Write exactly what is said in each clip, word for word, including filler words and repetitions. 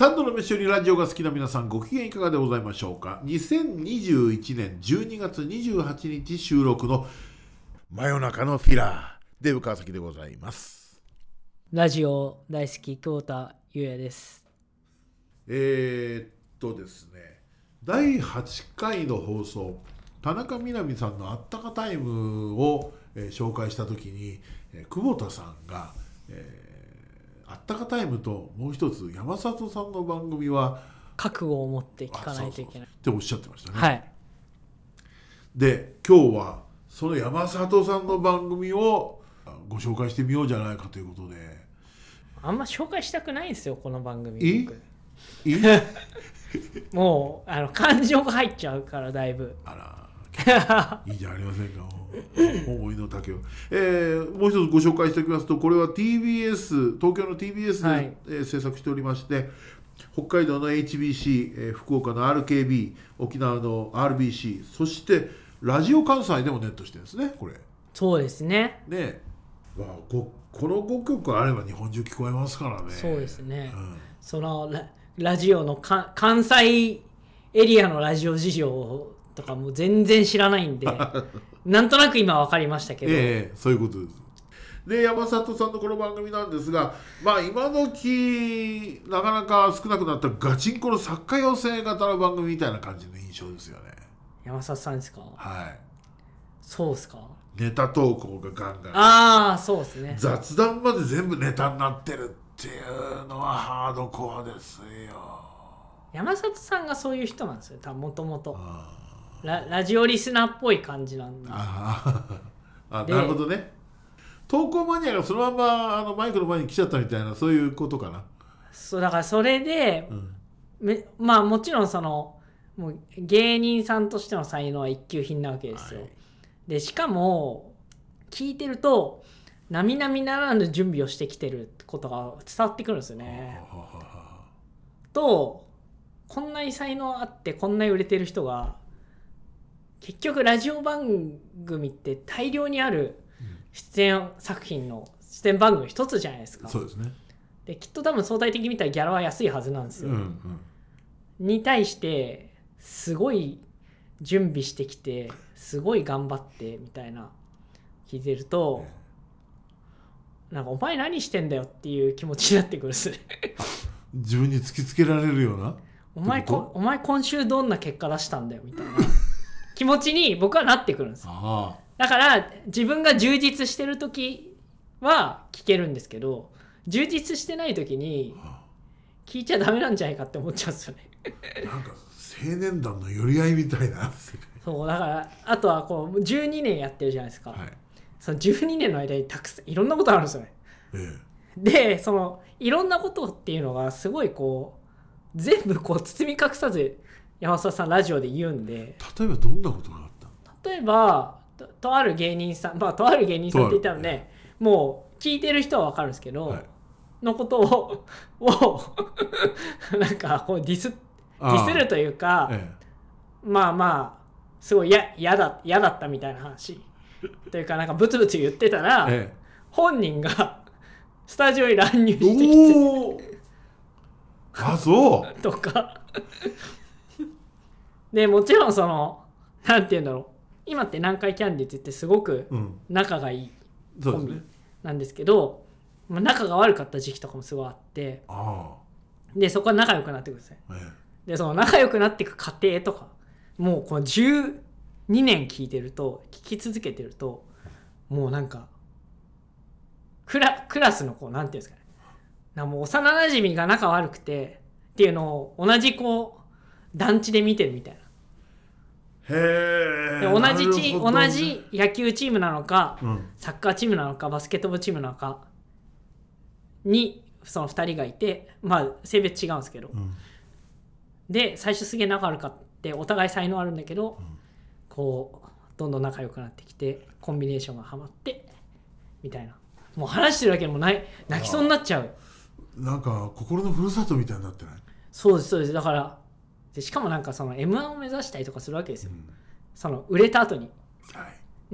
三度の飯よりラジオが好きな皆さん、ご機嫌いかがでございましょうか。にせんにじゅういちねんじゅうにがつにじゅうはちにち収録の真夜中のフィラー、デブ川崎でございます。 ラジオ大好き久保田裕也です。 えー、っとですねだいはちかいの放送、田中みな実さんのあったかタイムを、えー、紹介したときに、えー、久保田さんが、えーあったかタイムともう一つ山里さんの番組は覚悟を持って聞かないといけないっておっしゃってましたね。 はい。 で今日はその山里さんの番組をご紹介してみようじゃないかということで。 あんま紹介したくないんですよこの番組。 いいもうあの感情が入っちゃうからだいぶ。 あらいいじゃありませんか。思いの丈を、えー、もう一つご紹介しておきますと、これは ティービーエス 東京の ティービーエス で、はいえー、制作しておりまして、北海道の エイチビーシー、えー、福岡の アールケービー、 沖縄の アールビーシー、 そしてラジオ関西でもネットしてるんですね。これそうですね。 ねわあ、こ, このごきょくあれば日本中聞こえますからね。 そうですね、うん、その ラ, ラジオのか関西エリアのラジオ事情とかも全然知らないんでなんとなく今分かりましたけど、 ええ、そういうことです。で山里さんのこの番組なんですが、まあ今時なかなか少なくなったガチンコの作家養成型の番組みたいな感じの印象ですよね。 山里さんですか。 はい。 そうですか。 ネタ投稿がガンガン、 ああそうですね、 雑談まで全部ネタになってるっていうのはハードコアですよ。 山里さんがそういう人なんですよ多分もともと。ラ, ラジオリスナーっぽい感じなんで。 ああなるほどね。投稿マニアがそのままあのマイクの前に来ちゃったみたいな、そういうことかな。 そうだからそれで、うん、めまあもちろんそのもう芸人さんとしての才能は一級品なわけですよ、はい、でしかも聞いてると並々ならぬ準備をしてきてることが伝わってくるんですよね。とこんなに才能あってこんなに売れてる人が結局ラジオ番組って大量にある出演作品の出演番組一つじゃないですか。 そうですね。 できっと多分相対的に見たらギャラは安いはずなんですよ、うんうん、に対してすごい準備してきてすごい頑張ってみたいな聞いてると、なんかお前何してんだよっていう気持ちになってくるんですね自分に突きつけられるようなお前こお前今週どんな結果出したんだよみたいな気持ちに僕はなってくるんですよ。あだから自分が充実してる時は聞けるんですけど、充実してない時に聞いちゃダメなんじゃないかって思っちゃうんですよねなんか青年団の寄り合いみたいなそうだからあとはこうじゅうにねんやってるじゃないですか、はい、そのじゅうにねんの間にたくさんいろんなことあるんですよね、ええ、でそのいろんなことっていうのがすごいこう全部こう包み隠さず山里さんラジオで言うんで。 例えばどんなことがあった？ 例えば と, とある芸人さん、まあとある芸人さんって言ったらね、もう聞いてる人は分かるんですけど、はい、のことををなんかこうディスディスるというか、ええ、まあまあすごいや嫌だ嫌だったみたいな話というかなんかブツブツ言ってたら、ええ、本人がスタジオに乱入してきてあそうとかでもちろんそのなんて言うんだろう、今って南海キャンディーって言ってすごく仲がいいコンビなんですけど、うん、まあ、仲が悪かった時期とかもすごいあって、あでそこは仲良くなってください、ええ、でその仲良くなっていく過程とかもうこのじゅうにねん聞いてると聞き続けてるともうなんかク ラ, クラスのこうなんていうんですかね、なんかもう幼馴染が仲悪くてっていうのを同じこう団地で見てるみたいな。 へで同じチ、ね、同じ野球チームなのか、うん、サッカーチームなのかバスケットボールチームなのかにそのふたりがいて、まあ性別違うんですけど、うん、で最初すげえ仲悪かってお互い才能あるんだけど、うん、こうどんどん仲良くなってきてコンビネーションがハマってみたいな、もう話してるだけでもない泣きそうになっちゃう。 なんか心のふるさとみたいになってない？ そうですそうです。だからでしかもなんかその エムワン を目指したりとかするわけですよ、うん、その売れた後に、はい、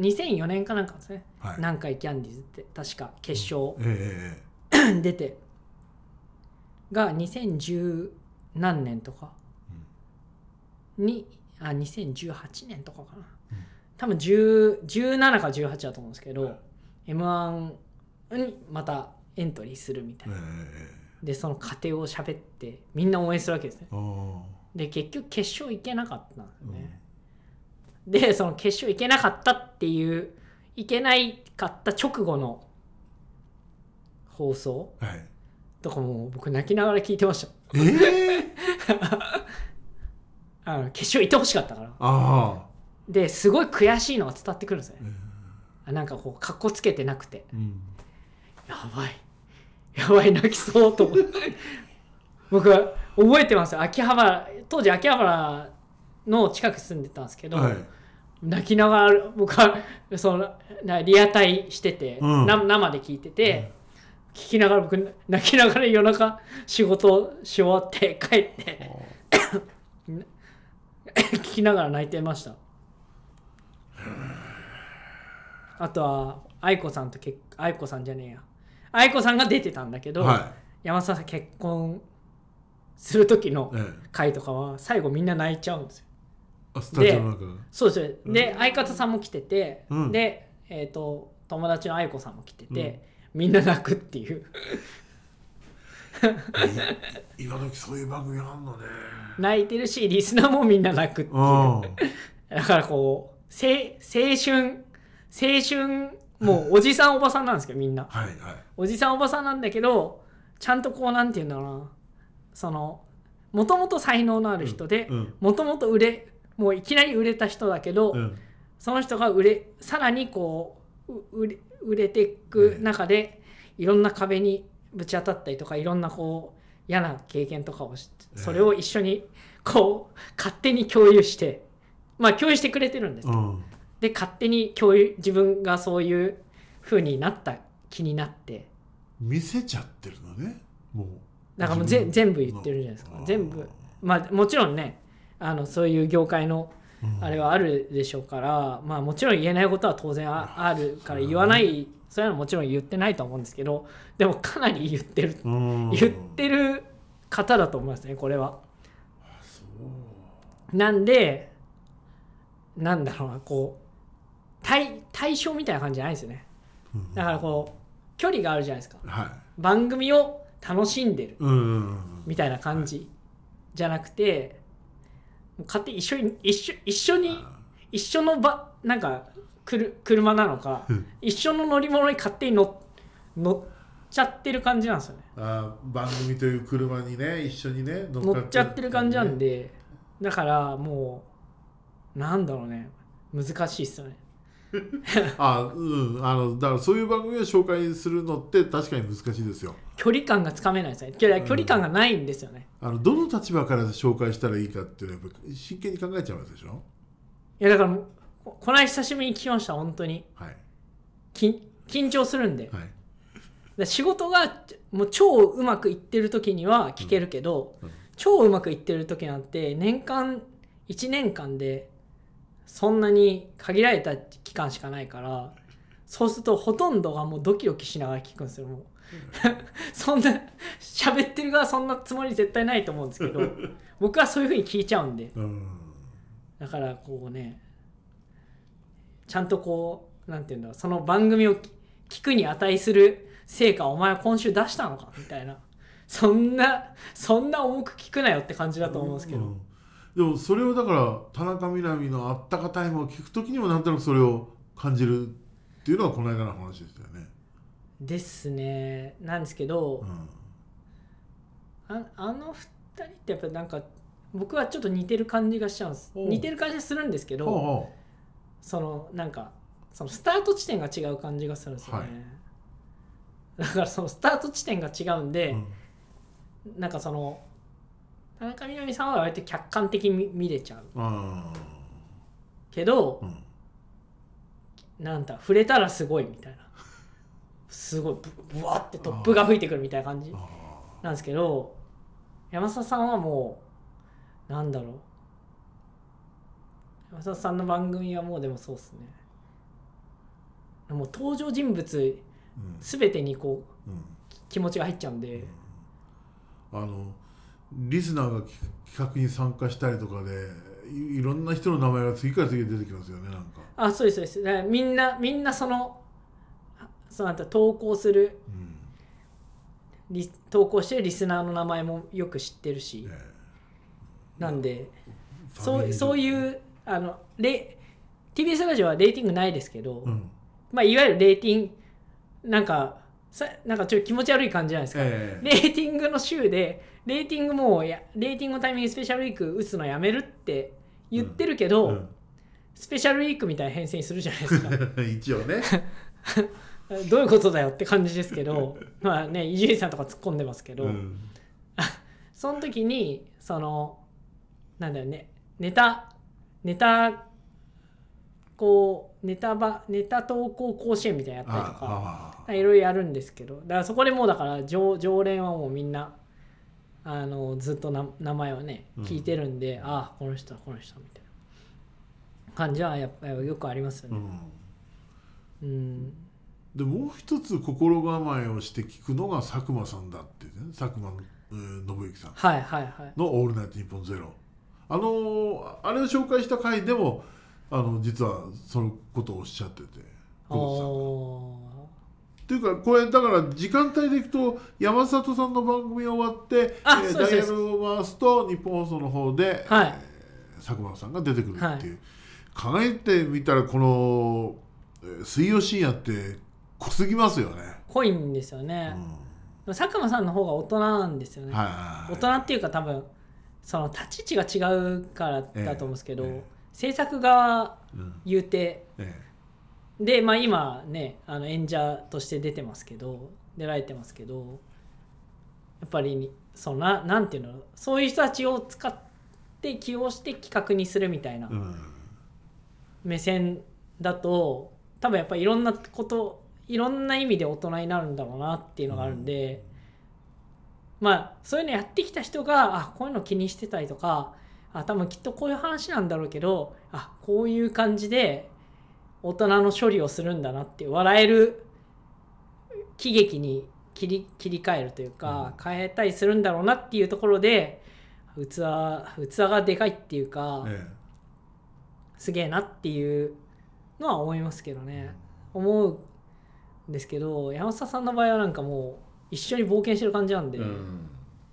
にせんよねんかなんかですね、はい、南海キャンディーズって確か決勝、うん、えー、出てがにせんじゅう何年とかに、あにせんじゅうはちねんとかかな、うん、多分じゅう、じゅうななかじゅうはちだと思うんですけど エムワン にまたエントリーするみたいな、えー、でその過程を喋ってみんな応援するわけですね。で結局決勝行けなかったんですね、うん、でその決勝行けなかったっていう行けないかった直後の放送、はい、とかも僕泣きながら聞いてました。えー、あの決勝行ってほしかったから。あですごい悔しいのが伝わってくるんですね、えー、なんかこうかっこつけてなくて、うん、やばいやばい泣きそうと思って僕は覚えてますよ。秋葉原当時秋葉原の近く住んでたんですけど、はい、泣きながら僕はそのリアタイしてて、うん、生で聞いてて、うん、聞きながら僕泣きながら夜中仕事し終わって帰って聞きながら泣いてました。あとは愛子さんと結愛子さんじゃねえや愛子さんが出てたんだけど、はい、山里さん結婚する時の回とかは最後みんな泣いちゃうんですよ。あスタジオの中でそうです。で、うん、相方さんも来てて、うん、で、えーと、友達の愛子さんも来てて、うん、みんな泣くっていう今時そういう番組あんのね。 泣いてるしリスナーもみんな泣くっていうだからこう青春青春もうおじさんおばさんなんですけどみんな、はいはい、おじさんおばさんなんだけどちゃんとこうなんていうんだろうなそのもともと才能のある人でもともと売れもういきなり売れた人だけど、うん、その人が売れさらにこう売れ、売れていく中で、うん、いろんな壁にぶち当たったりとかいろんなこう嫌な経験とかをしてそれを一緒にこう勝手に共有してまあ共有してくれてるんですけど、うん、で勝手に共有自分がそういう風になった気になって見せちゃってるのねもうだからもうぜ全部言ってるじゃないですか。全部まあもちろんねあのそういう業界のあれはあるでしょうから、うん、まあもちろん言えないことは当然 あ, あるから言わないそういうのはもちろん言ってないと思うんですけどでもかなり言ってる、うん、言ってる方だと思いますねこれは。そうなんでなんだろうなこう 対, 対象みたいな感じじゃないですよね。だからこう距離があるじゃないですか、はい、番組を楽しんでるみたいな感じじゃなくて勝手に一緒に一緒一緒に一緒のばなんかくる車なのか一緒の乗り物に勝手に 乗, 乗っちゃってる感じなんですよね。 あ番組という車にね一緒にね乗っちゃってる感じなんでだからもうなんだろうね難しいっすよねあうんあのだからそういう番組を紹介するのって確かに難しいですよ。 距離感がつかめないですね。距離感がないんですよね、 うん、あのどの立場から紹介したらいいかっていうのはやっぱ真剣に考えちゃうわけでしょ。 いやだからこの間久しぶりに聞きました本当に、はい、き緊張するんで、はい、仕事がもう超うまくいってる時には聞けるけど、うんうん、超うまくいってる時なんて年間いちねんかんでそんなに限られた期間しかないからそうするとほとんどがもうドキドキしながら聞くんですよ。もうそんな喋ってる側そんなつもり絶対ないと思うんですけど僕はそういう風に聞いちゃうんで、うん、だからこうねちゃんとこうなんていうんだろうその番組を聞くに値する成果をお前は今週出したのかみたいなそんなそんな重く聞くなよって感じだと思うんですけど、うんでもそれをだから田中みな実のあったかタイムを聞くときにもなんとなくそれを感じるっていうのはこの間の話でしたよね。 ですね。なんですけど、うん、あ, あのふたりってやっぱりなんか僕はちょっと似てる感じがしちゃうんです。似てる感じがするんですけど、ほうほうそのなんかそのスタート地点が違う感じがするんですよね、はい、だからそのスタート地点が違うんで、うん、なんかその田中みな実さんは割と客観的に見れちゃうけど、うん、なんだ触れたらすごいみたいなすごい ぶ, ぶわって突風が吹いてくるみたいな感じなんですけど山里さんはもうなんだろう山里さんの番組はもうでもそうっすねもう登場人物すべてにこう、うん、気持ちが入っちゃうんで、うんあのリスナーが企画に参加したりとかで い, いろんな人の名前が次から次へ出てきますよね。なんかあ、そうですそうです。だからみんなみんなそのそのあと投稿する、うん、リ投稿してるリスナーの名前もよく知ってるし、ね、なんでそう、そういうあのレ ティービーエス ラジオはレーティングないですけど、うん、まあ、いわゆるレーティングなんかさなんかちょっと気持ち悪い感じじゃないですか、えー、レーティングの週でレーティングもうやレーティングのタイミングスペシャルウィーク打つのやめるって言ってるけど、うんうん、スペシャルウィークみたいな編成にするじゃないですか一応ねどういうことだよって感じですけどまあね伊集院さんとか突っ込んでますけど、うん、その時にそのなんだよねネタネタこうネタばネタ投稿甲子園みたいなやったりとかいろいろやるんですけど、だからそこでもうだから 常, 常連はもうみんなあのずっとな名前をね聞いてるんで、うん、ああこの人はこの人みたいな感じはやっぱりよくありますよね。うん、うんでもう一つ心構えをして聞くのが佐久間さんだってね、佐久間信之さんのはいはいはい 「オールナイトニッポンゼロ」あのあれを紹介した回でもあの実はそのことをおっしゃってて、久保さんが。っていうかこれだから時間帯でいくと山里さんの番組終わって、えー、ダイヤルを回すと日本放送の方で、はいえー、佐久間さんが出てくるっていう、はい、考えてみたらこの「水曜深夜」って濃すぎますよね。 濃いんですよね、うん、佐久間さんの方が大人なんですよね、はいはいはい、大人っていうか多分その立ち位置が違うからだと思うんですけど、えーえー、制作側言うて、うんえー、で、まあ、今ねあの演者として出てますけど出られてますけどやっぱりその な, なんていうのそういう人たちを使って起用して企画にするみたいな目線だと多分やっぱりいろんなこといろんな意味で大人になるんだろうなっていうのがあるんで、うん、まあそういうのやってきた人があこういうの気にしてたりとかあ多分きっとこういう話なんだろうけどあこういう感じで大人の処理をするんだなって笑える喜劇に切り、切り替えるというか、うん、変えたりするんだろうなっていうところで器、器がでかいっていうか、ええ、すげえなっていうのは思いますけどね、うん、思うんですけど山下さんの場合はなんかもう一緒に冒険してる感じなんで、うん、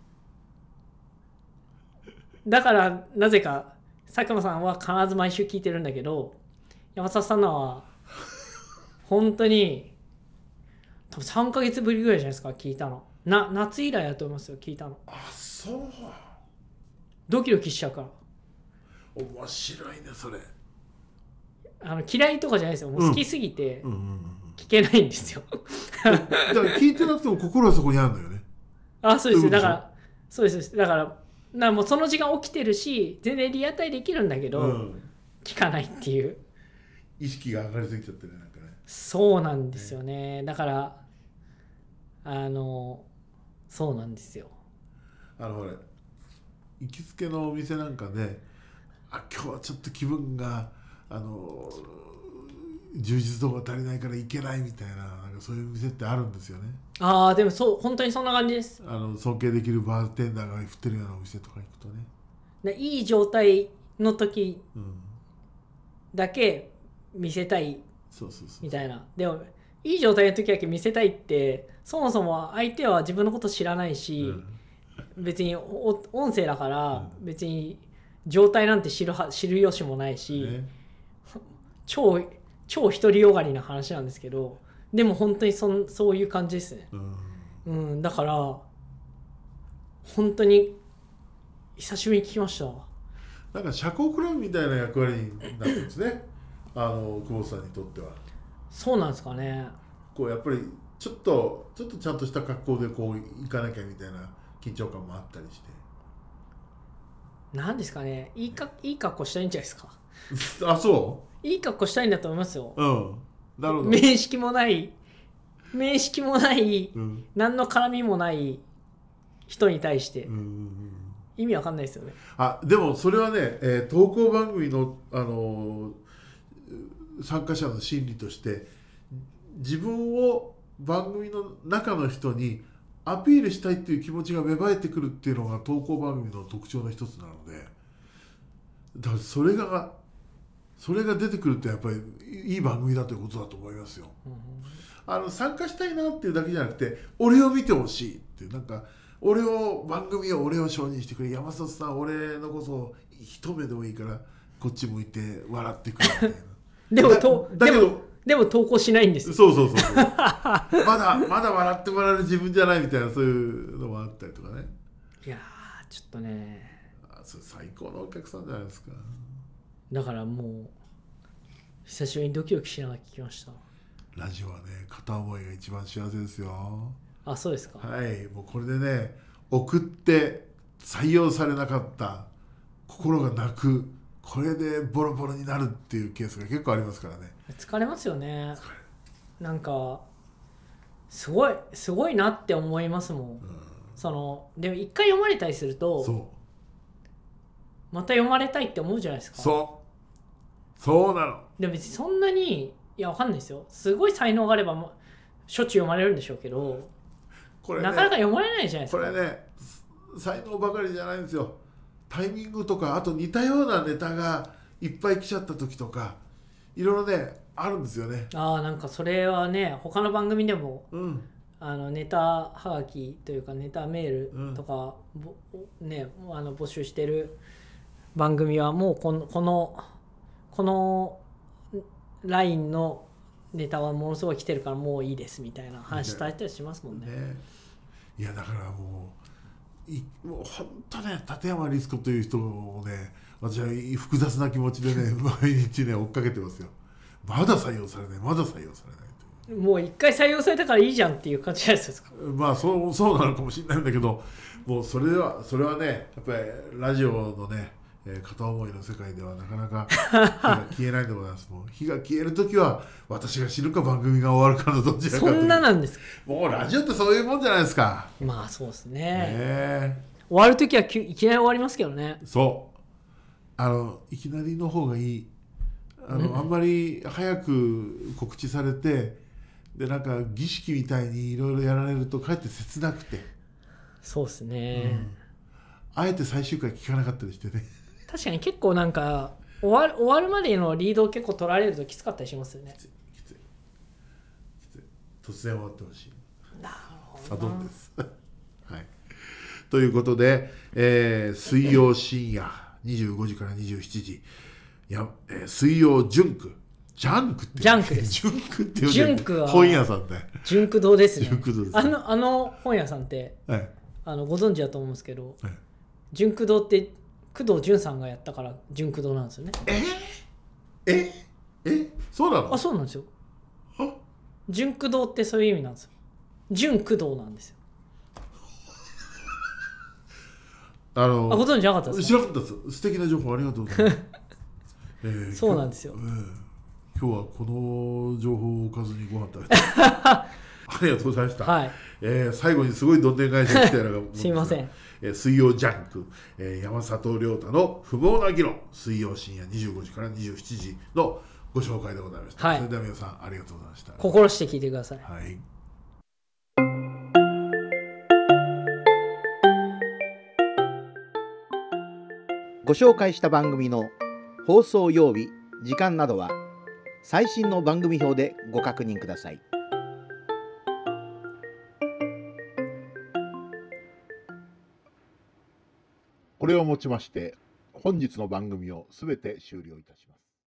だからなぜか佐久間さんは必ず毎週聞いてるんだけど山里さんのは本当に多分さんかげつぶりぐらいじゃないですか聞いたのな夏以来だと思いますよ聞いたの。 あそうドキドキしちゃうから面白いねそれ。 あの嫌いとかじゃないですよもう好きすぎて聞けないんですよ、 うんうんうん、だから聞いてなくても心はそこにあるんだよね。 あそうですだからそうですだからなもうその時間起きてるし全然リアタイできるんだけど、うん、聞かないっていう意識が上がりすぎちゃってねなんかね。 そうなんですよね、ねだからあのそうなんですよ。 あのほら行きつけのお店なんかであ今日はちょっと気分があの充実度が足りないから行けないみたい な, なんかそういう店ってあるんですよね。 ああでもそう本当にそんな感じです。 あの尊敬できるバーテンダーが振ってるようなお店とか行くとねでいい状態の時だけ見せたいみたいな、うん、でもいい状態の時だけ見せたいってそもそも相手は自分のこと知らないし、うん、別に音声だから別に状態なんて知 る, 知る由もないし、ね、超超独りよがりな話なんですけどでも本当に そ, そういう感じですね、うんうん、だから本当に久しぶりに聞きました。 なんか社交クラブみたいな役割になってるんですねあの久保さんにとっては。 そうなんですかね。こうやっぱりちょっとちょっとちゃんとした格好でこう行かなきゃみたいな緊張感もあったりして。 なんですかねいいかいい格好したいんじゃないですかあそういい格好したいんだと思いますよ。 うんなるほど。 面識もない面識もない、うん、何の絡みもない人に対して、うんうんうん、意味わかんないですよね。 あでもそれはね、えー、投稿番組の、あのー、参加者の心理として自分を番組の中の人にアピールしたいっていう気持ちが芽生えてくるっていうのが投稿番組の特徴の一つなので、だからそれがそれが出てくるってやっぱりいい番組だということだと思いますよ。うん、あの参加したいなっていうだけじゃなくて、俺を見てほしいっていう、なんか俺を番組を俺を承認してくれ、山里さん俺のことを一目でもいいからこっち向いて笑ってくれみたいな。 でもとだけどでも投稿しないんですよ。 そうそうそうそうまだまだ笑ってもらえる自分じゃないみたいな、そういうのもあったりとかね。 いやーちょっとね、 それ最高のお客さんじゃないですか。 だからもう久しぶりにドキドキしながら聞きました。 ラジオはね、片思いが一番幸せですよ。 あ、そうですか。 はい、もうこれでね、送って採用されなかった、心が泣く、これでボロボロになるっていうケースが結構ありますからね。 疲れますよね。なんかすごいすごいなって思いますもん。うん、そのでも一回読まれたりすると、そうまた読まれたいって思うじゃないですか。 そうそうなの。 でも別にそんなに、いやわかんないですよ。すごい才能があればもしょっちゅう読まれるんでしょうけど、これ、ね、なかなか読まれないじゃないですか。 これね、才能ばかりじゃないんですよ。タイミングとか、あと似たようなネタがいっぱい来ちゃった時とか、いろいろねあるんですよね。 ああ、なんかそれはね、他の番組でも、 うん、 あのネタはがきというかネタメールとか、うん、ね、あの募集してる番組はもうこのこのこのラインのネタはものすごい来てるからもういいですみたいな話伝えたりしますもんね。ね、 いやだからもういもう本当ね、立山律子という人をね、私は複雑な気持ちでね毎日ね追っかけてますよ。まだ採用されない、まだ採用されないという。もう一回採用されたからいいじゃんっていう感じじゃないですか。 まあそうそうなのかもしれないんだけど、もうそれはそれはね、やっぱりラジオのね、えー、片思いの世界ではなかなか火が消えないでございます。もう火が消えるときは私が死ぬか番組が終わるかのどちらかという。 そんななんですか。 もうラジオってそういうもんじゃないですか。 まあそうですね。 ね、 終わるときはいきなり終わりますけどね。 そう、あのいきなりの方がいい。あの、うん、あんまり早く告知されて、でなんか儀式みたいにいろいろやられるとかえって切なくて。 そうですね、 うん、あえて最終回聞かなかったりしてね。 確かに結構なんか終わる、終わるまでのリードを結構取られるときつかったりしますよね。きついきついきつい、突然終わってほしい。 なるほど。 サドンです、はい、ということで、えー、水曜深夜にじゅうごじからにじゅうしちじ、や、えー、水曜ジュンク、ジャンクってジャンクです。 ジュンクってジュンクは本屋さんで、 ジュンク堂ですね。 ジュンク堂ですね。 あのあの本屋さんって、はい、あのご存知だと思うんですけど、はい、ジュンク堂って工藤淳さんがやったからジュンク堂なんですよね。 えええそうなの？ あ、そうなんですよ。ジュンク堂ってそういう意味なんですよ。ジュン工藤なんですよ。 あのあ、ご存知なかったですか？ 知らなかったです。素敵な情報ありがとうございます。えー、 そうなんですよ、 えー、今日はこの情報をおかずにご飯食べてありがとうございました、 はい、 えー、最後にすごいどんでん返しが来たようなすいません、 えー、水曜ジャンク、えー、山里亮太の不毛な議論、水曜深夜にじゅうごじからにじゅうしちじのご紹介でございました、はい、それでは皆さんありがとうございました。 心して聞いてください。 はい、 ご紹介した番組の放送曜日、時間などは最新の番組表でご確認ください。これをもちまして本日の番組をすべて終了いたします。